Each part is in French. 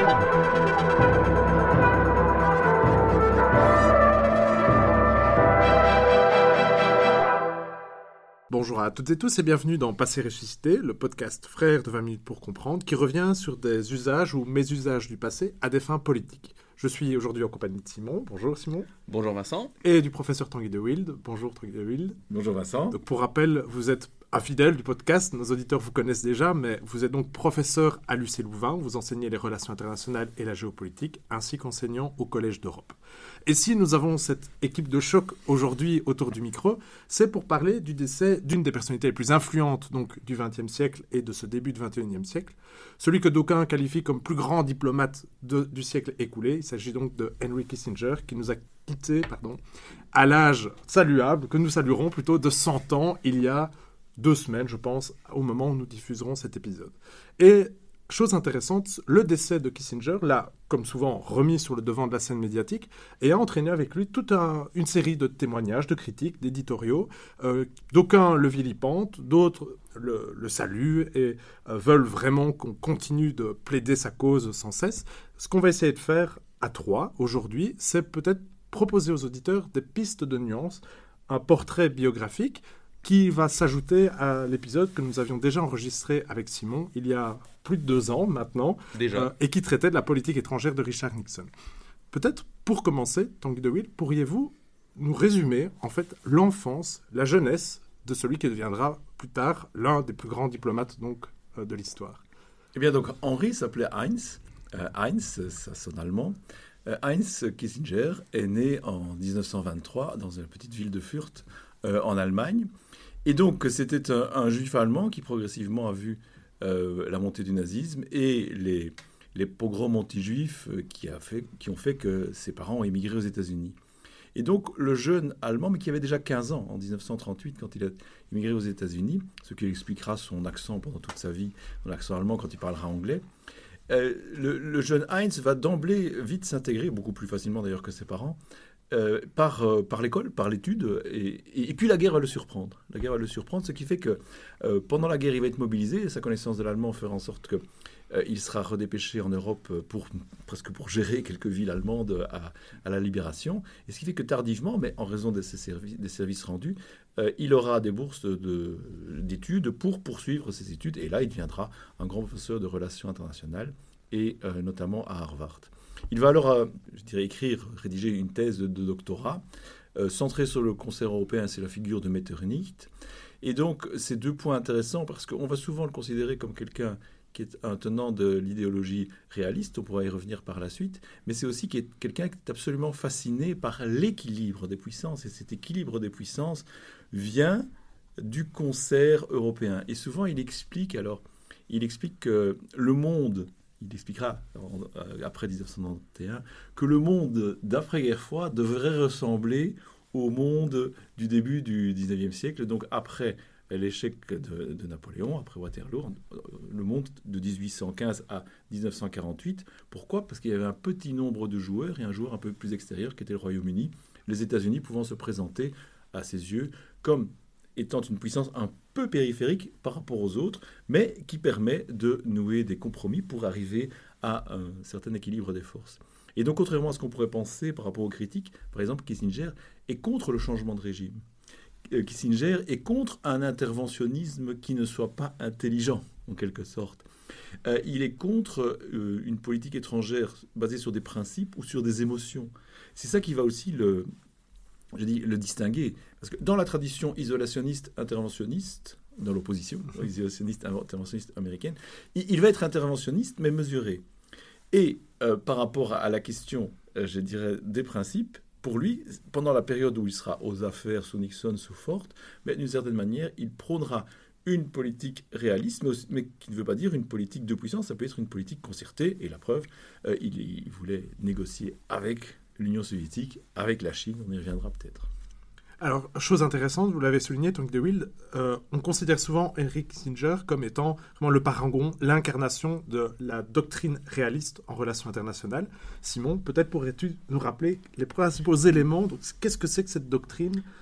Bonjour à toutes et tous et bienvenue dans Passé ressuscité, le podcast Frères de 20 minutes pour comprendre, qui revient sur des usages ou mésusages du passé à des fins politiques. Je suis aujourd'hui en compagnie de Simon. Bonjour Simon. Bonjour Vincent. Et du professeur Tanguy de Wilde. Bonjour Tanguy de Wilde. Bonjour Vincent. Donc pour rappel, vous êtes un fidèle du podcast, nos auditeurs vous connaissent déjà, mais vous êt donc professeur à l'UC Louvain, vous enseignez les relations internationales et la géopolitique, ainsi qu'enseignant au Collège d'Europe. Et si nous avons cette équipe de choc aujourd'hui autour du micro, c'est pour parler du décès d'une des personnalités les plus influentes donc, du XXe siècle et de ce début du XXIe siècle, celui que d'aucuns qualifient comme plus grand diplomate du siècle écoulé. Il s'agit donc de Henry Kissinger, qui nous a quittés à l'âge saluable, que nous saluerons plutôt de 100 ans, il y a 2 semaines, je pense, au moment où nous diffuserons cet épisode. Et chose intéressante, le décès de Kissinger l'a, comme souvent, remis sur le devant de la scène médiatique et a entraîné avec lui toute une série de témoignages, de critiques, d'éditoriaux. D'aucuns le vilipentent, d'autres le saluent et veulent vraiment qu'on continue de plaider sa cause sans cesse. Ce qu'on va essayer de faire à 3 aujourd'hui, c'est peut-être proposer aux auditeurs des pistes de nuances, un portrait biographique qui va s'ajouter à l'épisode que nous avions déjà enregistré avec Simon il y a plus de 2 ans maintenant, et qui traitait de la politique étrangère de Richard Nixon. Peut-être pour commencer, Tanguy de Wilde, pourriez-vous nous résumer en fait l'enfance, la jeunesse de celui qui deviendra plus tard l'un des plus grands diplomates donc, de l'histoire? Eh bien donc Henry s'appelait Heinz. Heinz, ça sonne allemand. Heinz Kissinger est né en 1923 dans une petite ville de Fürth en Allemagne. Et donc, c'était un juif allemand qui progressivement a vu la montée du nazisme et les pogroms anti-juifs qui ont fait que ses parents ont émigré aux États-Unis. Et donc, le jeune Allemand, mais qui avait déjà 15 ans en 1938 quand il a émigré aux États-Unis, ce qui expliquera son accent pendant toute sa vie, son accent allemand quand il parlera anglais, le jeune Heinz va d'emblée vite s'intégrer, beaucoup plus facilement d'ailleurs que ses parents, par l'école, par l'étude, et puis la guerre va le surprendre. La guerre va le surprendre, ce qui fait que pendant la guerre, il va être mobilisé, et sa connaissance de l'allemand fera en sorte qu'il sera redépêché en Europe presque pour gérer quelques villes allemandes à la Libération. Et ce qui fait que tardivement, mais en raison des services rendus, il aura des bourses d'études pour poursuivre ses études, et là, il deviendra un grand professeur de relations internationales, et notamment à Harvard. Il va alors, rédiger une thèse de doctorat centrée sur le concert européen, c'est la figure de Metternich. Et donc, c'est 2 points intéressants parce qu'on va souvent le considérer comme quelqu'un qui est un tenant de l'idéologie réaliste, on pourra y revenir par la suite, mais c'est aussi quelqu'un qui est absolument fasciné par l'équilibre des puissances. Et cet équilibre des puissances vient du concert européen. Et souvent, il explique que le monde... Il expliquera après 1991 que le monde d'après-guerre froide devrait ressembler au monde du début du 19e siècle, donc après l'échec de Napoléon, après Waterloo, le monde de 1815 à 1948. Pourquoi ? Parce qu'il y avait un petit nombre de joueurs et un joueur un peu plus extérieur qui était le Royaume-Uni, les États-Unis pouvant se présenter à ses yeux comme étant une puissance un peu périphérique par rapport aux autres, mais qui permet de nouer des compromis pour arriver à un certain équilibre des forces. Et donc, contrairement à ce qu'on pourrait penser par rapport aux critiques, par exemple, Kissinger est contre le changement de régime. Kissinger est contre un interventionnisme qui ne soit pas intelligent, en quelque sorte. Il est contre une politique étrangère basée sur des principes ou sur des émotions. C'est ça qui va aussi le distinguer. Parce que dans la tradition isolationniste interventionniste, dans l'opposition isolationniste interventionniste américaine, il va être interventionniste mais mesuré. Et par rapport à la question, des principes, pour lui, pendant la période où il sera aux affaires sous Nixon, sous Ford, mais d'une certaine manière, il prônera une politique réaliste, mais qui ne veut pas dire une politique de puissance, ça peut être une politique concertée, et la preuve, il voulait négocier avec l'Union soviétique, avec la Chine, on y reviendra peut-être. Alors, chose intéressante, vous l'avez souligné, Tanguy de Wilde, on considère souvent Henry Kissinger comme étant vraiment le parangon, l'incarnation de la doctrine réaliste en relations internationales. Simon, peut-être pourrais-tu nous rappeler les principaux éléments, donc, qu'est-ce que c'est que cette doctrine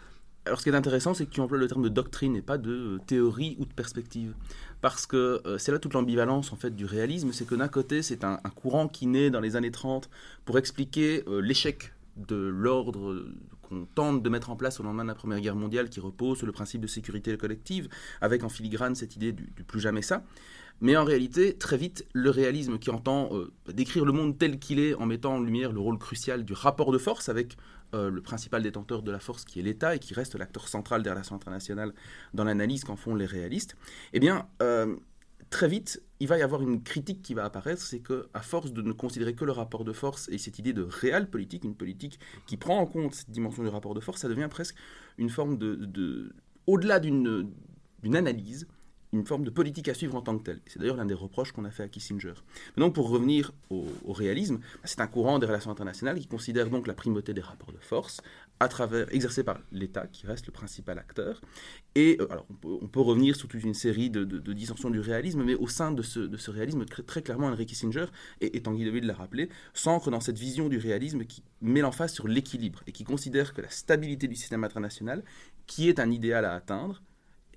Alors, ce qui est intéressant, c'est que tu emploies le terme de doctrine et pas de théorie ou de perspective. Parce que c'est là toute l'ambivalence en fait, du réalisme, c'est que d'un côté, c'est un courant qui naît dans les années 30 pour expliquer l'échec de l'ordre qu'on tente de mettre en place au lendemain de la Première Guerre mondiale, qui repose sur le principe de sécurité collective, avec en filigrane cette idée du plus jamais ça. Mais en réalité, très vite, le réalisme qui entend décrire le monde tel qu'il est en mettant en lumière le rôle crucial du rapport de force avec le principal détenteur de la force qui est l'État et qui reste l'acteur central des relations internationales dans l'analyse qu'en font les réalistes, eh bien, très vite, il va y avoir une critique qui va apparaître, c'est qu'à force de ne considérer que le rapport de force et cette idée de réelle politique, une politique qui prend en compte cette dimension du rapport de force, ça devient presque une forme au-delà d'une analyse, une forme de politique à suivre en tant que telle. C'est d'ailleurs l'un des reproches qu'on a fait à Kissinger. Mais donc, pour revenir au réalisme, c'est un courant des relations internationales qui considère donc la primauté des rapports de force exercée par l'État, qui reste le principal acteur. Et alors, on peut revenir sur toute une série de dissensions du réalisme, mais au sein de ce réalisme, très clairement, Henry Kissinger, et Tanguy de Wild l'a rappelé, s'ancre dans cette vision du réalisme qui met l'emphase sur l'équilibre et qui considère que la stabilité du système international, qui est un idéal à atteindre,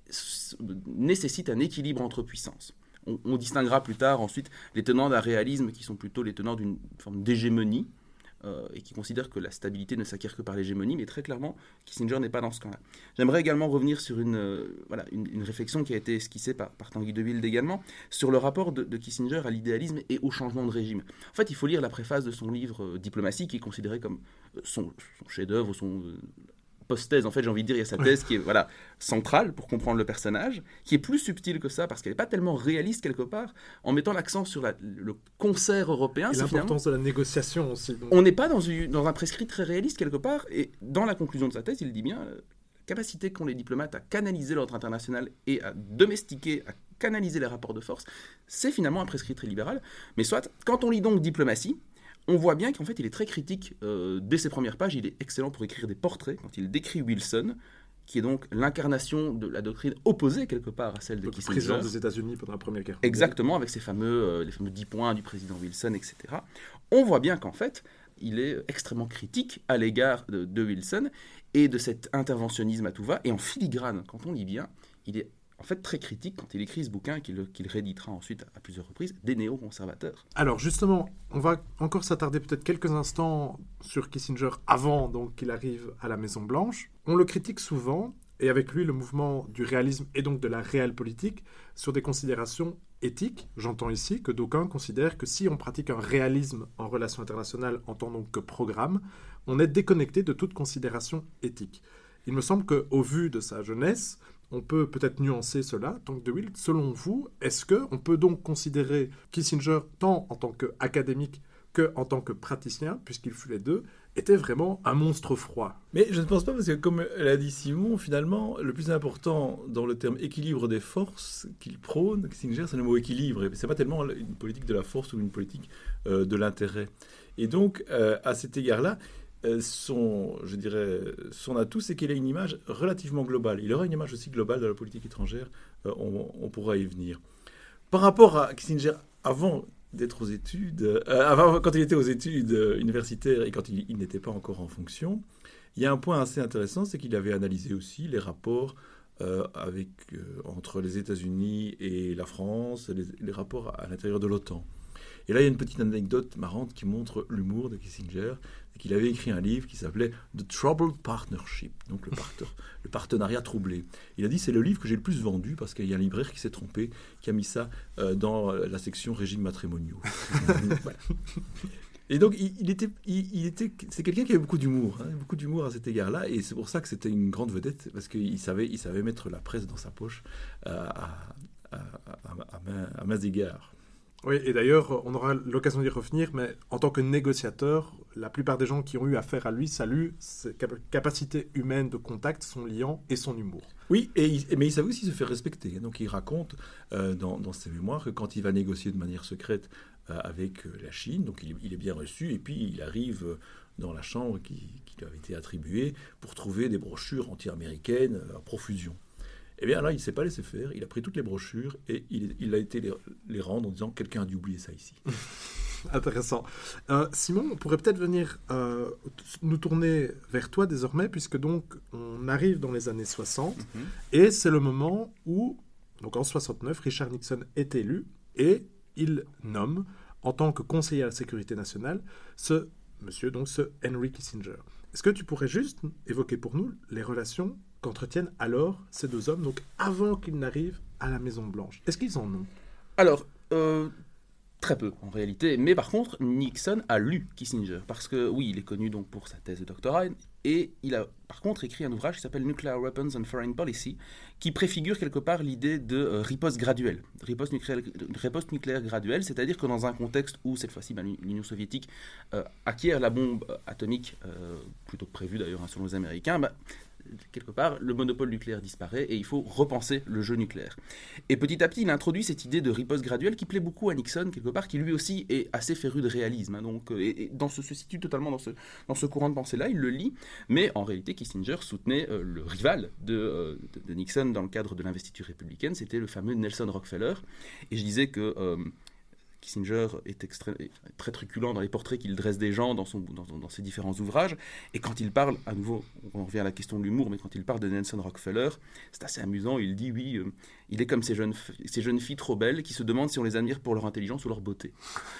nécessite un équilibre entre puissances. On distinguera plus tard ensuite les tenants d'un réalisme qui sont plutôt les tenants d'une forme d'hégémonie et qui considèrent que la stabilité ne s'acquiert que par l'hégémonie, mais très clairement, Kissinger n'est pas dans ce camp-là. J'aimerais également revenir sur une réflexion qui a été esquissée par Tanguy de Wild également, sur le rapport de Kissinger à l'idéalisme et au changement de régime. En fait, il faut lire la préface de son livre Diplomatie, qui est considéré comme son chef-d'œuvre, son post-thèse, en fait, j'ai envie de dire, il y a sa thèse qui est centrale pour comprendre le personnage, qui est plus subtile que ça, parce qu'elle n'est pas tellement réaliste quelque part, en mettant l'accent sur le concert européen. Et l'importance de la négociation aussi. Donc. On n'est pas dans un prescrit très réaliste quelque part, et dans la conclusion de sa thèse, il dit bien, la capacité qu'ont les diplomates à canaliser l'ordre international et à domestiquer, à canaliser les rapports de force, c'est finalement un prescrit très libéral. Mais soit, quand on lit donc Diplomatie, on voit bien qu'en fait, il est très critique. Dès ses premières pages, il est excellent pour écrire des portraits. Quand il décrit Wilson, qui est donc l'incarnation de la doctrine opposée quelque part à celle de Kissinger. Le président des États-Unis pendant la Première Guerre mondiale. Exactement, avec les fameux 10 points du président Wilson, etc. On voit bien qu'en fait, il est extrêmement critique à l'égard de Wilson et de cet interventionnisme à tout va. Et en filigrane, quand on lit bien, il est en fait très critique quand il écrit ce bouquin qu'il rééditera ensuite à plusieurs reprises, des néoconservateurs. Alors justement, on va encore s'attarder peut-être quelques instants sur Kissinger avant donc qu'il arrive à la Maison-Blanche. On le critique souvent, et avec lui le mouvement du réalisme et donc de la réelle politique, sur des considérations éthiques. J'entends ici que d'aucuns considèrent que si on pratique un réalisme en relations internationales en tant donc que programme, on est déconnecté de toute considération éthique. Il me semble qu'au vu de sa jeunesse, on peut peut-être nuancer cela. Tanguy de Wild, selon vous, est-ce qu'on peut donc considérer Kissinger, tant en tant qu'académique qu'en tant que praticien, puisqu'il fut les deux, était vraiment un monstre froid? Mais je ne pense pas, parce que comme l'a dit Simon, finalement, le plus important dans le terme équilibre des forces qu'il prône, Kissinger, c'est le mot équilibre. Et ce n'est pas tellement une politique de la force ou une politique de l'intérêt. Et donc, à cet égard-là, son atout, c'est qu'il a une image relativement globale. Il aura une image aussi globale de la politique étrangère, on pourra y venir. Par rapport à Kissinger, avant d'être aux études, quand il était aux études universitaires et quand il n'était pas encore en fonction, il y a un point assez intéressant, c'est qu'il avait analysé aussi les rapports entre les États-Unis et la France, les rapports à l'intérieur de l'OTAN. Et là, il y a une petite anecdote marrante qui montre l'humour de Kissinger. C'est qu'il avait écrit un livre qui s'appelait The Troubled Partnership, donc le partenariat troublé. Il a dit, c'est le livre que j'ai le plus vendu parce qu'il y a un libraire qui s'est trompé, qui a mis ça dans la section régimes matrimoniaux. Voilà. Et donc, c'est quelqu'un qui avait beaucoup d'humour à cet égard-là, et c'est pour ça que c'était une grande vedette, parce qu'il savait mettre la presse dans sa poche à mains égards. Oui, et d'ailleurs, on aura l'occasion d'y revenir, mais en tant que négociateur, la plupart des gens qui ont eu affaire à lui saluent ses capacités humaines de contact, son liant et son humour. Oui, mais il savait aussi se faire respecter. Donc il raconte dans ses mémoires que quand il va négocier de manière secrète avec la Chine, donc il est bien reçu, et puis il arrive dans la chambre qui lui avait été attribuée pour trouver des brochures anti-américaines à profusion. Eh bien là, il ne s'est pas laissé faire, il a pris toutes les brochures et il a été les rendre en disant « quelqu'un a dû oublier ça ici ». Intéressant. Simon, on pourrait peut-être venir nous tourner vers toi désormais, puisque donc on arrive dans les années 60, et c'est le moment où, donc en 69, Richard Nixon est élu, et il nomme, en tant que conseiller à la sécurité nationale, ce monsieur, donc ce Henry Kissinger. Est-ce que tu pourrais juste évoquer pour nous les relations qu'entretiennent alors ces deux hommes, donc avant qu'ils n'arrivent à la Maison-Blanche? Est-ce qu'ils en ont? Alors, très peu en réalité, mais par contre, Nixon a lu Kissinger, parce que oui, il est connu donc pour sa thèse de doctorat, et il a par contre écrit un ouvrage qui s'appelle Nuclear Weapons and Foreign Policy, qui préfigure quelque part l'idée de riposte graduelle. Riposte nucléaire graduelle, c'est-à-dire que dans un contexte où, cette fois-ci, l'Union soviétique acquiert la bombe atomique, plutôt que prévu d'ailleurs selon les Américains, quelque part, le monopole nucléaire disparaît et il faut repenser le jeu nucléaire. Et petit à petit, il introduit cette idée de riposte graduelle qui plaît beaucoup à Nixon, quelque part, qui lui aussi est assez féru de réalisme. Donc, et se situe totalement dans ce courant de pensée-là, il le lit, mais en réalité, Kissinger soutenait le rival de Nixon dans le cadre de l'investiture républicaine, c'était le fameux Nelson Rockefeller. Et je disais que Kissinger est très truculent dans les portraits qu'il dresse des gens dans ses différents ouvrages. Et quand il parle, à nouveau, on revient à la question de l'humour, mais quand il parle de Nelson Rockefeller, c'est assez amusant. Il dit, oui, il est comme ces jeunes filles trop belles qui se demandent si on les admire pour leur intelligence ou leur beauté.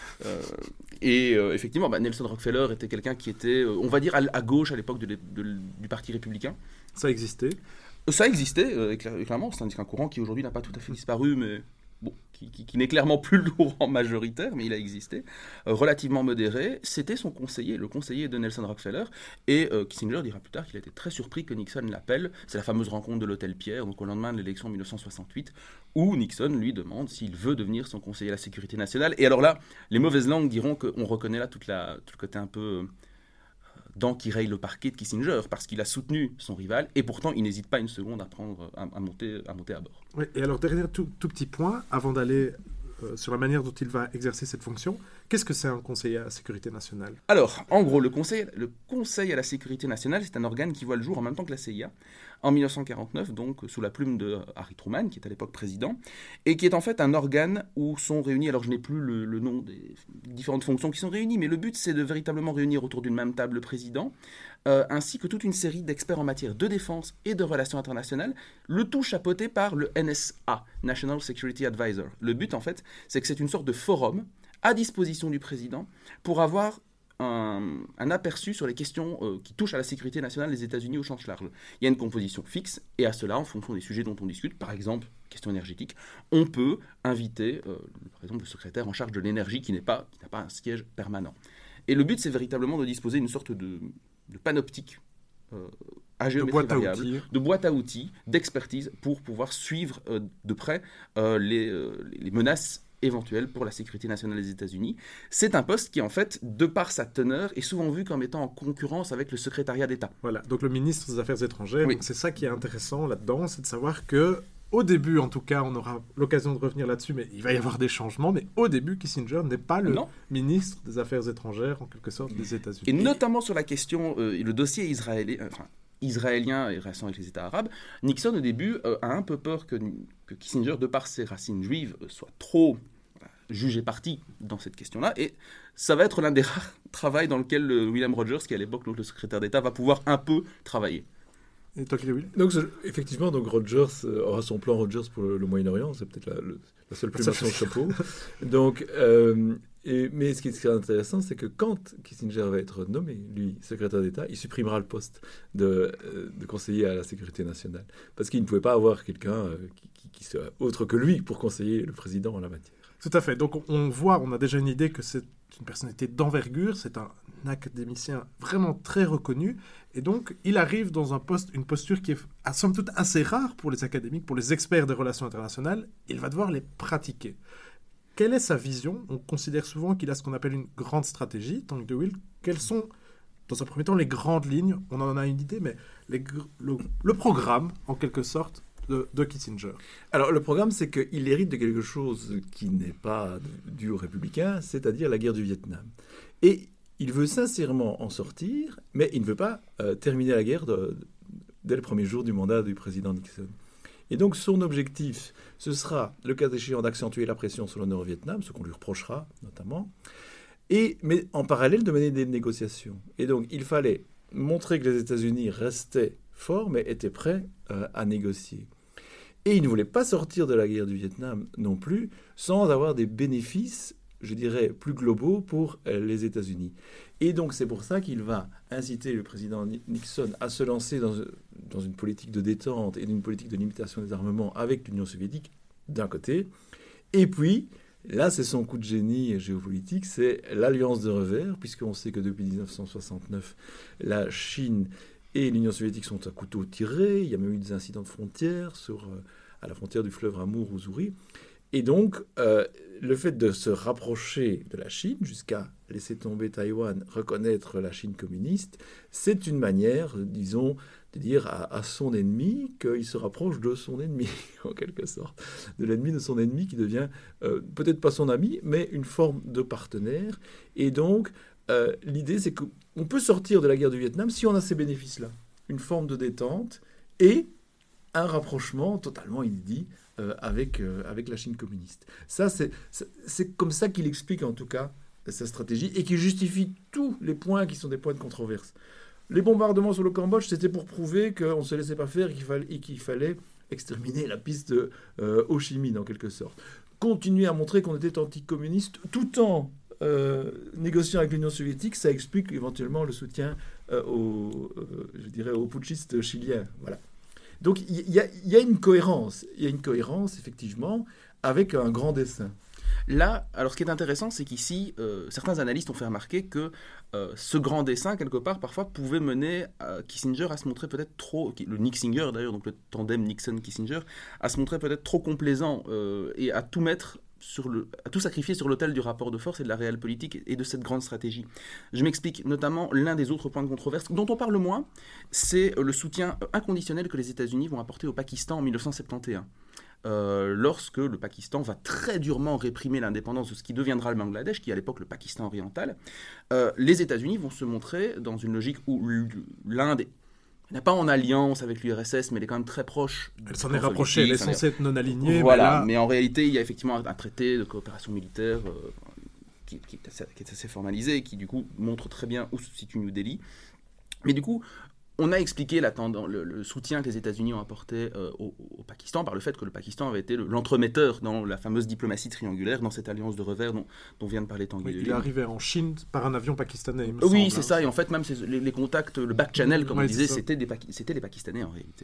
Effectivement, Nelson Rockefeller était quelqu'un qui était, on va dire, à gauche à l'époque du Parti républicain. Ça existait? Ça existait, clairement. C'est un courant qui aujourd'hui n'a pas tout à fait disparu, mais bon, qui n'est clairement plus le courant majoritaire, mais il a existé, relativement modéré. C'était son conseiller, le conseiller de Nelson Rockefeller, et Kissinger dira plus tard qu'il a été très surpris que Nixon l'appelle. C'est la fameuse rencontre de l'Hôtel Pierre, donc au lendemain de l'élection en 1968, où Nixon lui demande s'il veut devenir son conseiller à la sécurité nationale. Et alors là, les mauvaises langues diront qu'on reconnaît là tout le côté un peu dents qui rayent le parquet de Kissinger, parce qu'il a soutenu son rival, et pourtant il n'hésite pas une seconde à monter à bord. Oui, et alors, dernier tout petit point, avant d'aller sur la manière dont il va exercer cette fonction, qu'est-ce que c'est un conseiller à la sécurité nationale? Alors, en gros, le conseil à la sécurité nationale, c'est un organe qui voit le jour en même temps que la CIA, en 1949, donc sous la plume de Harry Truman, qui est à l'époque président, et qui est en fait un organe où sont réunis, alors je n'ai plus le nom des différentes fonctions qui sont réunies, mais le but c'est de véritablement réunir autour d'une même table le président, ainsi que toute une série d'experts en matière de défense et de relations internationales, le tout chapeauté par le NSA, National Security Advisor. Le but en fait, c'est que c'est une sorte de forum à disposition du président pour avoir un aperçu sur les questions qui touchent à la sécurité nationale des États-Unis au sens large. Il y a une composition fixe, et à cela, en fonction des sujets dont on discute, par exemple, question énergétique, on peut inviter, par exemple, le secrétaire en charge de l'énergie qui n'a pas un siège permanent. Et le but, c'est véritablement de disposer d'une sorte de panoptique à géométrie variable, de boîte à outils, d'expertise, pour pouvoir suivre de près les menaces éventuelle pour la sécurité nationale des États-Unis. C'est un poste qui, en fait, de par sa teneur, est souvent vu comme étant en concurrence avec le secrétariat d'État. Voilà, donc le ministre des Affaires étrangères, oui. Donc c'est ça qui est intéressant là-dedans, c'est de savoir que, au début, en tout cas, on aura l'occasion de revenir là-dessus, mais il va y avoir des changements, mais au début, Kissinger n'est pas le ministre des Affaires étrangères, en quelque sorte, des États-Unis. Et notamment sur la question, le dossier israélien et relation avec les États arabes, Nixon, au début, a un peu peur que Kissinger, de par ses racines juives, soit trop jugé parti dans cette question-là. Et ça va être l'un des rares travaux dans lequel William Rogers, qui est à l'époque donc, le secrétaire d'État, va pouvoir un peu travailler. Et toi, Will? Donc, effectivement, donc Rogers aura son plan Rogers pour le Moyen-Orient. C'est peut-être la seule plume à son chapeau. Donc, mais ce qui est intéressant, c'est que quand Kissinger va être nommé, lui, secrétaire d'État, il supprimera le poste de conseiller à la sécurité nationale. Parce qu'il ne pouvait pas avoir quelqu'un qui soit autre que lui pour conseiller le président en la matière. Tout à fait. Donc on a déjà une idée que c'est une personnalité d'envergure, c'est un académicien vraiment très reconnu, et donc il arrive dans une posture qui est à somme toute assez rare pour les académiques, pour les experts des relations internationales. Il va devoir les pratiquer. Quelle est sa vision? On considère souvent qu'il a ce qu'on appelle une grande stratégie. Tank de Wiel, quelles sont, dans un premier temps, les grandes lignes? On en a une idée, mais le programme, en quelque sorte, de Kissinger. Alors, le programme, c'est qu'il hérite de quelque chose qui n'est pas dû aux républicains, c'est-à-dire la guerre du Vietnam. Et il veut sincèrement en sortir, mais il ne veut pas terminer la guerre dès le premier jour du mandat du président Nixon. Et donc, son objectif, ce sera, le cas échéant, d'accentuer la pression sur le Nord-Vietnam, ce qu'on lui reprochera, notamment, mais en parallèle de mener des négociations. Et donc, il fallait montrer que les États-Unis restaient forts, mais étaient prêts à négocier. Et ils ne voulaient pas sortir de la guerre du Vietnam non plus, sans avoir des bénéfices, je dirais, plus globaux pour les États-Unis. Et donc, c'est pour ça qu'il va inciter le président Nixon à se lancer dans une politique de détente et une politique de limitation des armements avec l'Union soviétique, d'un côté. Et puis, là, c'est son coup de génie géopolitique, c'est l'alliance de revers, puisqu'on sait que depuis 1969, la Chine et l'Union soviétique sont à couteau tiré. Il y a même eu des incidents de frontières à la frontière du fleuve Amour, Ussuri. Et donc, le fait de se rapprocher de la Chine, jusqu'à laisser tomber Taïwan, reconnaître la Chine communiste, c'est une manière, disons, de dire à son ennemi qu'il se rapproche de son ennemi, en quelque sorte. De l'ennemi de son ennemi qui devient peut-être pas son ami, mais une forme de partenaire. Et donc, l'idée, c'est qu'on peut sortir de la guerre du Vietnam si on a ces bénéfices-là. Une forme de détente et un rapprochement totalement inédit avec la Chine communiste. Ça, c'est comme ça qu'il explique en tout cas sa stratégie et qui justifie tous les points qui sont des points de controverse. Les bombardements sur le Cambodge, c'était pour prouver qu'on ne se laissait pas faire et qu'il fallait exterminer la piste de Ho Chi Minh en quelque sorte. Continuer à montrer qu'on était anticommuniste tout en négociant avec l'Union soviétique, ça explique éventuellement le soutien aux putschistes chiliens. Voilà. Donc il y a une cohérence. Il y a une cohérence, effectivement, avec un grand dessein. Là, alors ce qui est intéressant, c'est qu'ici, certains analystes ont fait remarquer que ce grand dessein, quelque part, parfois, pouvait mener Kissinger à se montrer peut-être trop, le Nixinger d'ailleurs, donc le tandem Nixon-Kissinger, à se montrer peut-être trop complaisant et à tout mettre à tout sacrifier sur l'autel du rapport de force et de la réelle politique et de cette grande stratégie. Je m'explique, notamment l'un des autres points de controverse dont on parle moins, c'est le soutien inconditionnel que les États-Unis vont apporter au Pakistan en 1971. Lorsque le Pakistan va très durement réprimer l'indépendance de ce qui deviendra le Bangladesh, qui est à l'époque le Pakistan oriental, les États-Unis vont se montrer dans une logique où l'Inde n'est pas en alliance avec l'URSS, mais elle est quand même très proche. Elle s'en est rapprochée, elle est censée être non alignée. Voilà, mais en réalité, il y a effectivement un traité de coopération militaire qui est assez formalisé et qui, du coup, montre très bien où se situe New Delhi. Mais du coup, on a expliqué le soutien que les États-Unis ont apporté au Pakistan par le fait que le Pakistan avait été l'entremetteur dans la fameuse diplomatie triangulaire, dans cette alliance de revers dont vient de parler Tanguy. Oui, il est arrivé en Chine par un avion pakistanais, il me Oui, semble, c'est ça. Et en fait, même les contacts, le back channel, comme on disait, c'était les Pakistanais en réalité.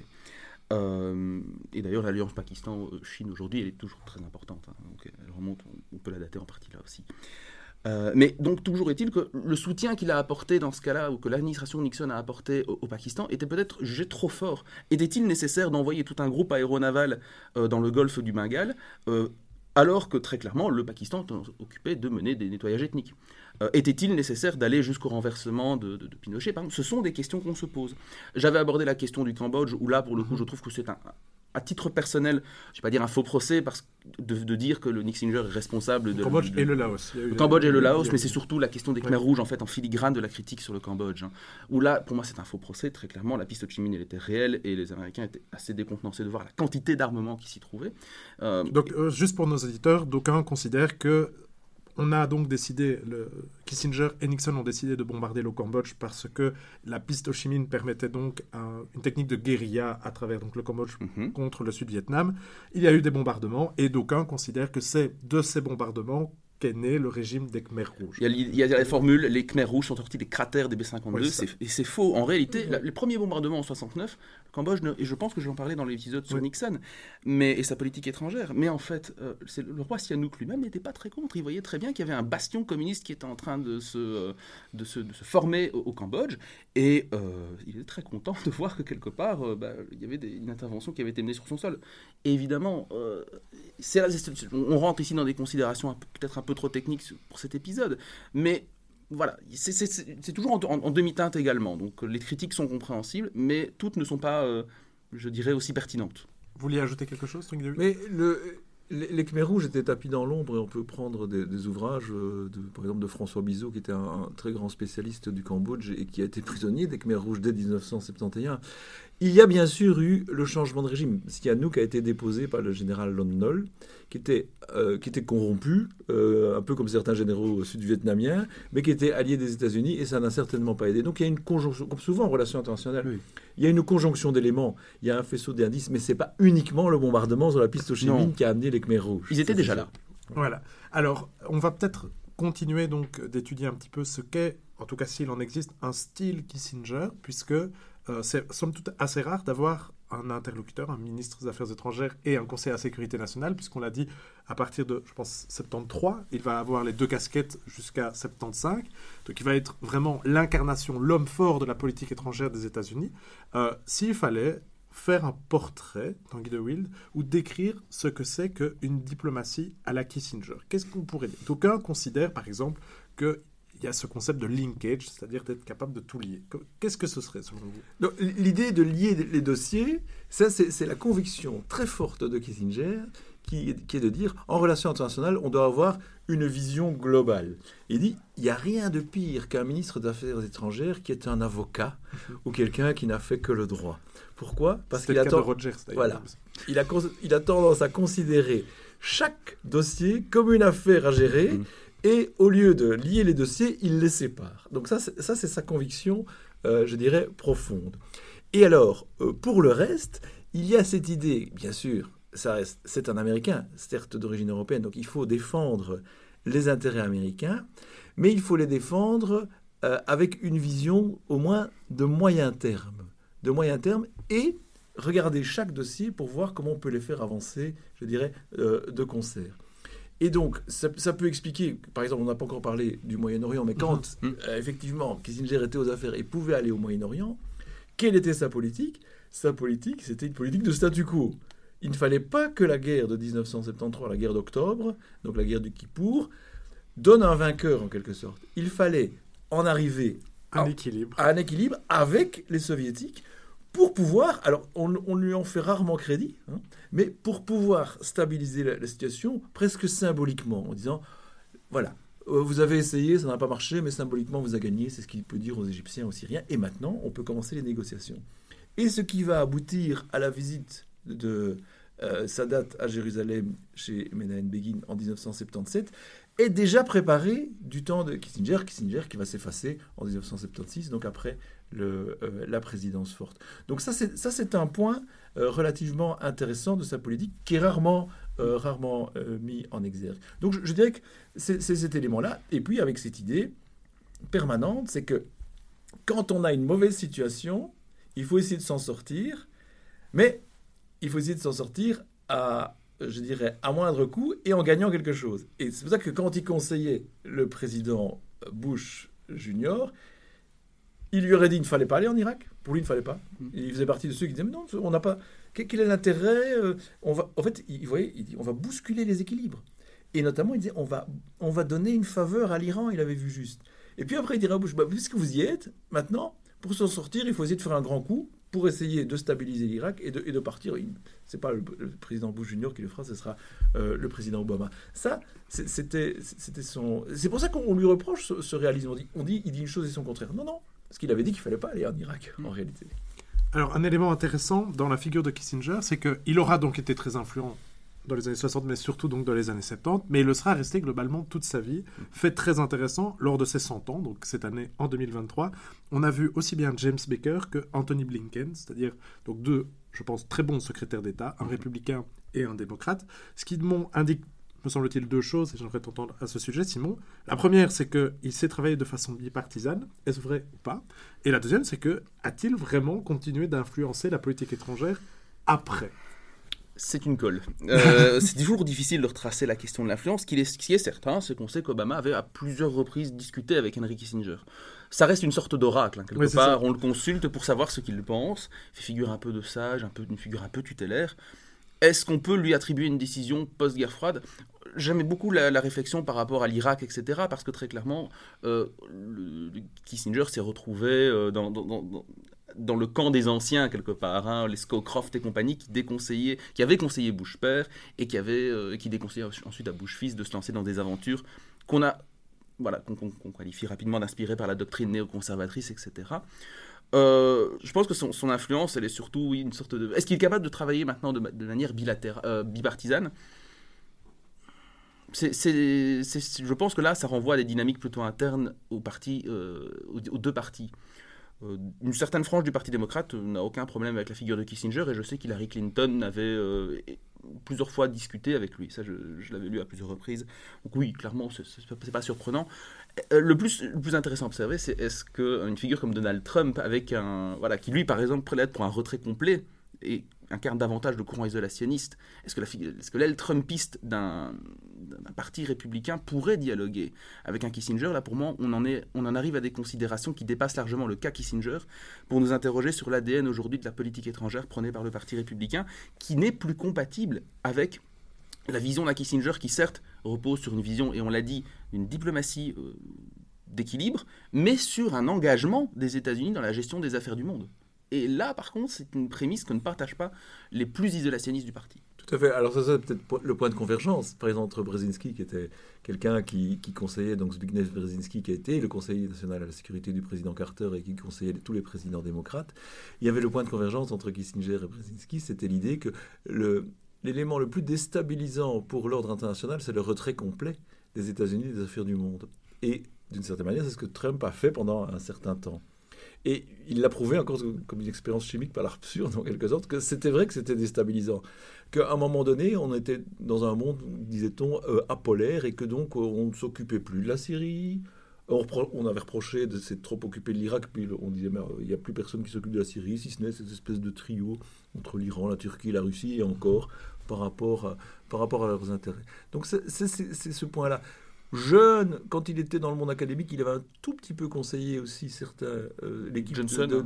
Et d'ailleurs, l'alliance Pakistan-Chine aujourd'hui, elle est toujours très importante. Hein, donc elle remonte, on peut la dater en partie là aussi. Mais donc toujours est-il que le soutien qu'il a apporté dans ce cas-là, ou que l'administration Nixon a apporté au Pakistan, était peut-être jugé trop fort. Était-il nécessaire d'envoyer tout un groupe aéronaval dans le golfe du Bengale, alors que très clairement le Pakistan était occupé de mener des nettoyages ethniques? Était-il nécessaire d'aller jusqu'au renversement de Pinochet? Par exemple, ce sont des questions qu'on se pose. J'avais abordé la question du Cambodge, où là pour le coup je trouve que c'est à titre personnel, je ne vais pas dire un faux procès, parce que de dire que le Nixinger est responsable de... Le Cambodge et le Laos. Le Cambodge et le Laos, mais c'est surtout la question des Khmers rouges, en fait, en filigrane de la critique sur le Cambodge. Hein, où là, pour moi, c'est un faux procès, très clairement. La piste Ho Chi Minh, elle était réelle, et les Américains étaient assez décontenancés de voir la quantité d'armement qui s'y trouvait. Donc, juste pour nos auditeurs, d'aucuns considèrent que on a donc décidé, Kissinger et Nixon ont décidé de bombarder le Cambodge parce que la piste Ho Chi Minh permettait donc une technique de guérilla à travers donc, le Cambodge contre le Sud-Vietnam. Il y a eu des bombardements et d'aucuns considèrent que c'est de ces bombardements qu'est né le régime des Khmers rouges. Il y a la formule, les Khmers rouges sont sortis des cratères des B-52, oui, et c'est faux. En réalité, les premiers bombardements en 69, le Cambodge, et je pense que je vais en parler dans l'épisode sur Nixon, et sa politique étrangère, mais en fait, le roi Sihanouk lui-même n'était pas très contre. Il voyait très bien qu'il y avait un bastion communiste qui était en train de se former au Cambodge, et il était très content de voir que quelque part, il y avait une intervention qui avait été menée sur son sol. Et évidemment, on rentre ici dans des considérations peut-être un peu trop techniques pour cet épisode, mais voilà, c'est toujours en demi-teinte également, donc les critiques sont compréhensibles, mais toutes ne sont pas, je dirais, aussi pertinentes. Vous vouliez ajouter quelque chose, Mais Les Khmers rouges étaient tapis dans l'ombre et on peut prendre des ouvrages, par exemple de François Bizot, qui était un très grand spécialiste du Cambodge et qui a été prisonnier des Khmers rouges dès 1971. Il y a bien sûr eu le changement de régime. Sihanouk a été déposé par le général Lon Nol, qui était corrompu, un peu comme certains généraux sud-vietnamiens, mais qui était allié des États-Unis et ça n'a certainement pas aidé. Donc il y a une conjonction, comme souvent en relations internationales, oui. Il y a une conjonction d'éléments, il y a un faisceau d'indices, mais ce n'est pas uniquement le bombardement sur la piste Ho Chi Minh qui a amené les Khmers rouges. Ils étaient déjà là. Voilà. Alors, on va peut-être continuer donc d'étudier un petit peu ce qu'est, en tout cas s'il en existe, un style Kissinger, puisque c'est somme toute assez rare d'avoir un interlocuteur, un ministre des Affaires étrangères et un conseiller à la sécurité nationale, puisqu'on l'a dit, à partir de, je pense, 73, il va avoir les 2 casquettes jusqu'à 75. Donc il va être vraiment l'incarnation, l'homme fort de la politique étrangère des États-Unis. S'il fallait faire un portrait, Tanguy de Wild, ou décrire ce que c'est qu'une diplomatie à la Kissinger, qu'est-ce qu'on pourrait dire? D'aucuns considèrent, par exemple, que il y a ce concept de linkage, c'est-à-dire d'être capable de tout lier. Qu'est-ce que ce serait, selon vous? Donc, l'idée de lier les dossiers, ça, c'est la conviction très forte de Kissinger, qui est de dire, en relations internationales, on doit avoir une vision globale. Il dit, il n'y a rien de pire qu'un ministre des Affaires étrangères qui est un avocat ou quelqu'un qui n'a fait que le droit. Pourquoi? Parce qu'il attend... Rogers, voilà. Il a tendance à considérer chaque dossier comme une affaire à gérer. Et au lieu de lier les dossiers, il les sépare. Donc ça c'est sa conviction, je dirais, profonde. Et alors, pour le reste, il y a cette idée, bien sûr, c'est un Américain, certes d'origine européenne, donc il faut défendre les intérêts américains, mais il faut les défendre avec une vision au moins de moyen terme. De moyen terme et regarder chaque dossier pour voir comment on peut les faire avancer, je dirais, de concert. Et donc, ça peut expliquer, par exemple, on n'a pas encore parlé du Moyen-Orient, mais quand, effectivement, Kissinger était aux affaires et pouvait aller au Moyen-Orient, quelle était sa politique? Sa politique, c'était une politique de statu quo. Il ne fallait pas que la guerre de 1973, la guerre d'octobre, donc la guerre du Kippour, donne un vainqueur, en quelque sorte. Il fallait en arriver à un équilibre avec les Soviétiques, pour pouvoir, alors on lui en fait rarement crédit, mais pour pouvoir stabiliser la situation presque symboliquement, en disant, voilà, vous avez essayé, ça n'a pas marché, mais symboliquement vous avez gagné, c'est ce qu'il peut dire aux Égyptiens, aux Syriens, et maintenant on peut commencer les négociations. Et ce qui va aboutir à la visite de Sadat à Jérusalem chez Menahem Begin en 1977, est déjà préparé du temps de Kissinger qui va s'effacer en 1976, donc après la présidence forte. Donc ça c'est un point relativement intéressant de sa politique qui est rarement mis en exergue. Donc je dirais que c'est cet élément-là, et puis avec cette idée permanente, c'est que quand on a une mauvaise situation, il faut essayer de s'en sortir, mais il faut essayer de s'en sortir à moindre coût et en gagnant quelque chose. Et c'est pour ça que quand il conseillait le président Bush Junior, il lui aurait dit qu'il ne fallait pas aller en Irak. Pour lui, il ne fallait pas. Il faisait partie de ceux qui disaient, mais non, on n'a pas... Quel est l'intérêt? En fait, il dit, on va bousculer les équilibres. Et notamment, il disait, on va donner une faveur à l'Iran, il avait vu juste. Et puis après, il dirait à Bush, puisque vous y êtes, maintenant, pour s'en sortir, il faut essayer de faire un grand coup pour essayer de stabiliser l'Irak et de partir. Ce n'est pas le président Bush Junior qui le fera, ce sera le président Obama. Ça, c'était son... C'est pour ça qu'on lui reproche ce réalisme. Il dit une chose et son contraire. Non, parce qu'il avait dit qu'il ne fallait pas aller en Irak, en réalité. Alors, un élément intéressant dans la figure de Kissinger, c'est qu'il aura donc été très influent dans les années 60, mais surtout donc dans les années 70, mais il le sera resté globalement toute sa vie. Fait très intéressant, lors de ses 100 ans, donc cette année en 2023, on a vu aussi bien James Baker que Anthony Blinken, c'est-à-dire donc deux, je pense, très bons secrétaires d'État, un républicain et un démocrate, ce qui indique, me semble-t-il, deux choses, et j'aimerais t'entendre à ce sujet, Simon. La première, c'est qu'il sait travailler de façon bipartisane, est-ce vrai ou pas? Et la deuxième, c'est que a-t-il vraiment continué d'influencer la politique étrangère après? C'est une colle. C'est toujours difficile de retracer la question de l'influence. Ce qui est certain, c'est qu'on sait qu'Obama avait à plusieurs reprises discuté avec Henry Kissinger. Ça reste une sorte d'oracle, quelque part. On le consulte pour savoir ce qu'il pense. Il fait figure un peu de sage, une figure un peu tutélaire. Est-ce qu'on peut lui attribuer une décision post-guerre froide? J'aimais beaucoup la réflexion par rapport à l'Irak, etc., parce que très clairement, Kissinger s'est retrouvé dans le camp des anciens quelque part, hein, les Scowcroft et compagnie qui avaient conseillé Bush père et qui déconseillaient ensuite à Bush fils de se lancer dans des aventures qu'on qualifie rapidement d'inspirées par la doctrine néoconservatrice, etc. Je pense que son influence, elle est surtout une sorte de... Est-ce qu'il est capable de travailler maintenant de manière bipartisane ? Je pense que là, ça renvoie à des dynamiques plutôt internes aux deux partis. Une certaine frange du Parti démocrate n'a aucun problème avec la figure de Kissinger, et je sais qu'Hillary Clinton avait plusieurs fois discuté avec lui. Ça, je l'avais lu à plusieurs reprises. Donc oui, clairement, c'est pas surprenant. Le plus intéressant à observer, c'est est-ce qu'une figure comme Donald Trump, qui lui, par exemple, plaide pour un retrait complet et incarne davantage le courant isolationniste, est-ce que l'aile trumpiste d'un parti républicain pourrait dialoguer avec un Kissinger ? Là, pour moi, on en arrive à des considérations qui dépassent largement le cas Kissinger pour nous interroger sur l'ADN aujourd'hui de la politique étrangère prônée par le parti républicain, qui n'est plus compatible avec la vision d'un Kissinger qui, certes, repose sur une vision, et on l'a dit, d'une diplomatie d'équilibre, mais sur un engagement des États-Unis dans la gestion des affaires du monde. Et là, par contre, c'est une prémisse que ne partagent pas les plus isolationnistes du parti. Tout à fait. Alors ça, c'est peut-être le point de convergence, par exemple, entre Brzezinski, qui était quelqu'un qui conseillait, donc Zbigniew Brzezinski, qui a été le conseiller national à la sécurité du président Carter et qui conseillait tous les présidents démocrates. Il y avait le point de convergence entre Kissinger et Brzezinski, c'était l'idée que l'élément le plus déstabilisant pour l'ordre international, c'est le retrait complet des États-Unis des affaires du monde. Et d'une certaine manière, c'est ce que Trump a fait pendant un certain temps. Et il l'a prouvé encore comme une expérience chimique par l'absurde, en quelque sorte, que c'était vrai que c'était déstabilisant. Qu'à un moment donné, on était dans un monde, disait-on, apolaire, et que donc on ne s'occupait plus de la Syrie. On avait reproché de s'être trop occupé de l'Irak, puis on disait, mais il n'y a plus personne qui s'occupe de la Syrie, si ce n'est cette espèce de trio entre l'Iran, la Turquie et la Russie, et encore par rapport à leurs intérêts. Donc c'est ce point-là. Jeune, quand il était dans le monde académique, il avait un tout petit peu conseillé aussi l'équipe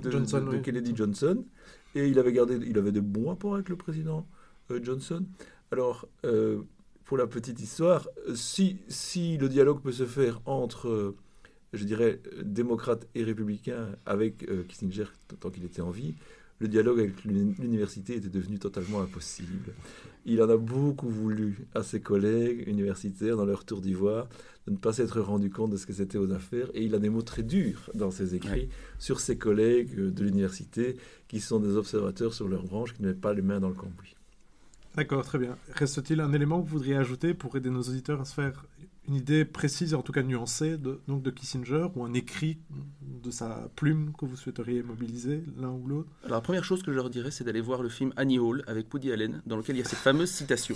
de Kennedy Johnson, et il avait de bons rapports avec le président Johnson. Alors, pour la petite histoire, si le dialogue peut se faire entre, je dirais, démocrates et républicains avec Kissinger tant qu'il était en vie, le dialogue avec l'université était devenu totalement impossible. Il en a beaucoup voulu à ses collègues universitaires dans leur tour d'ivoire de ne pas s'être rendu compte de ce que c'était aux affaires, et il a des mots très durs dans ses écrits sur ses collègues de l'université qui sont des observateurs sur leur branche, qui ne mettent pas les mains dans le cambouis. D'accord, très bien. Reste-t-il un élément que vous voudriez ajouter pour aider nos auditeurs à se faire une idée précise, en tout cas nuancée, de Kissinger, ou un écrit de sa plume que vous souhaiteriez mobiliser, l'un ou l'autre ? Alors la première chose que je leur dirais, c'est d'aller voir le film Annie Hall avec Woody Allen, dans lequel il y a cette fameuse citation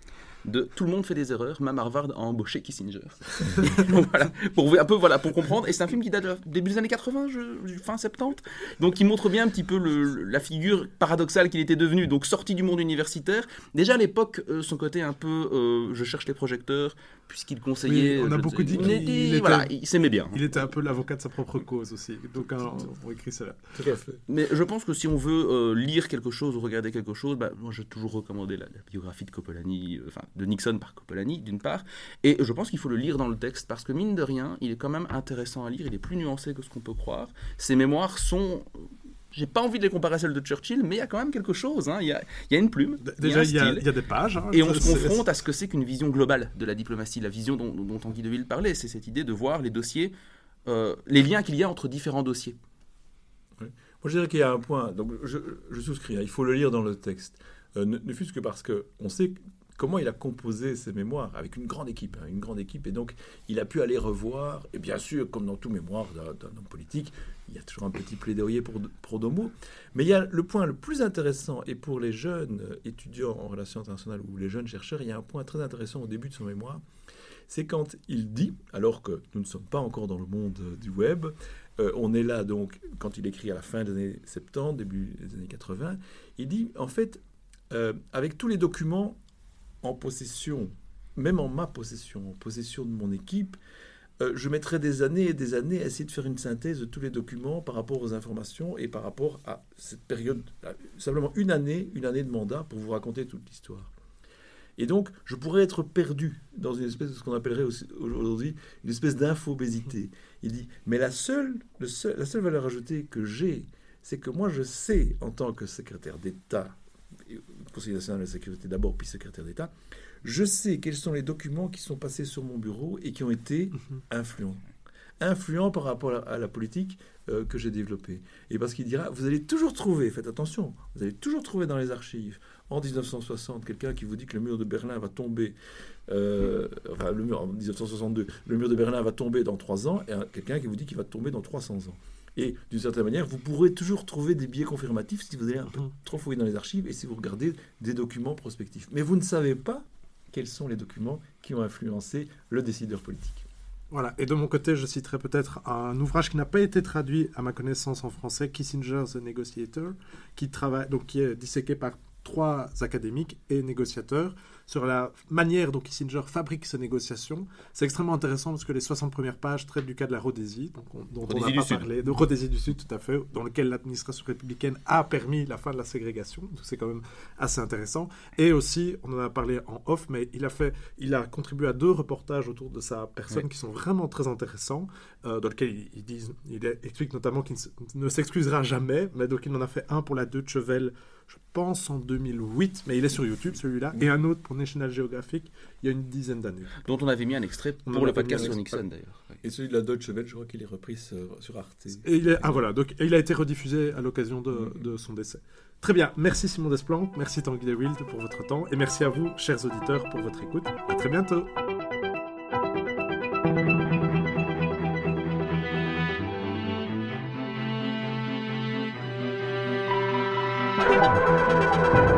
de « Tout le monde fait des erreurs, même Harvard a embauché Kissinger ». Donc voilà, pour comprendre. Et c'est un film qui date du début des années 80, fin 70. Donc il montre bien un petit peu la figure paradoxale qu'il était devenu. Donc sorti du monde universitaire. Déjà à l'époque, son côté un peu je cherche les projecteurs, puisqu'il conseillait... Oui, on a beaucoup dit qu'il s'aimait bien. Il était un peu l'avocat de sa propre cause aussi. Donc on écrit cela. Tout à fait. Mais je pense que si on veut lire quelque chose ou regarder quelque chose, moi j'ai toujours recommandé la biographie de Coppolani, de Nixon par Coppolani, d'une part, et je pense qu'il faut le lire dans le texte, parce que mine de rien, il est quand même intéressant à lire, il est plus nuancé que ce qu'on peut croire. Ses mémoires sont... J'ai pas envie de les comparer à celles de Churchill, mais il y a quand même quelque chose, hein. Il y a une plume, déjà il y a des pages. Hein, et on se confronte à ce que c'est qu'une vision globale de la diplomatie, la vision dont Tanguy Deville parlait, c'est cette idée de voir les dossiers, les liens qu'il y a entre différents dossiers. Oui. Moi je dirais qu'il y a un point, donc je souscris, il faut le lire dans le texte, ne fût-ce que parce qu'on sait comment il a composé ses mémoires avec une grande équipe, et donc il a pu aller revoir, et bien sûr, comme dans tout mémoire d'un homme politique, il y a toujours un petit plaidoyer pour Prodomo, mais il y a le point le plus intéressant, et pour les jeunes étudiants en relations internationales ou les jeunes chercheurs, il y a un point très intéressant au début de son mémoire, c'est quand il dit, alors que nous ne sommes pas encore dans le monde du web, on est là donc, quand il écrit à la fin des années 70, début des années 80, il dit, en fait, avec tous les documents en possession, même en ma possession, en possession de mon équipe, je mettrai des années et des années à essayer de faire une synthèse de tous les documents par rapport aux informations et par rapport à cette période, simplement une année de mandat pour vous raconter toute l'histoire. Et donc, je pourrais être perdu dans une espèce de ce qu'on appellerait aujourd'hui une espèce d'infobésité. Il dit, mais la seule valeur ajoutée que j'ai, c'est que moi, je sais, en tant que secrétaire d'État, Conseiller national de la sécurité d'abord, puis secrétaire d'État, je sais quels sont les documents qui sont passés sur mon bureau et qui ont été influents par rapport à la politique que j'ai développée. Et parce qu'il dira, vous allez toujours trouver, faites attention, vous allez toujours trouver dans les archives, en 1960, quelqu'un qui vous dit que le mur de Berlin va tomber, en 1962, le mur de Berlin va tomber dans 3 ans, et quelqu'un qui vous dit qu'il va tomber dans 300 ans. Et d'une certaine manière, vous pourrez toujours trouver des biais confirmatifs si vous allez un peu trop fouiller dans les archives et si vous regardez des documents prospectifs. Mais vous ne savez pas quels sont les documents qui ont influencé le décideur politique. Voilà, et de mon côté, je citerai peut-être un ouvrage qui n'a pas été traduit à ma connaissance en français, Kissinger, The Negotiator, qui est disséqué par 3 académiques et négociateurs sur la manière dont Kissinger fabrique ses négociations. C'est extrêmement intéressant parce que les 60 premières pages traitent du cas de la Rhodésie, dont on n'a pas parlé, de Rhodésie du Sud, tout à fait, dans lequel l'administration républicaine a permis la fin de la ségrégation. Donc c'est quand même assez intéressant. Et aussi, on en a parlé en off, mais il a contribué à 2 reportages autour de sa personne qui sont vraiment très intéressants, dans lesquels il explique notamment qu'il ne s'excusera jamais, mais donc il en a fait un pour la Deutsche Welle, je pense en 2008, mais il est sur YouTube celui-là, et un autre pour National Geographic il y a une dizaine d'années. Dont on avait mis un extrait pour le podcast sur Nixon d'ailleurs. Et celui de la Deutsche Welle, je crois qu'il est repris sur Arte. Et il a été rediffusé à l'occasion de son décès. Très bien, merci Simon Desplanques, merci Tanguy de Wild pour votre temps, et merci à vous, chers auditeurs, pour votre écoute. À très bientôt. Thank you.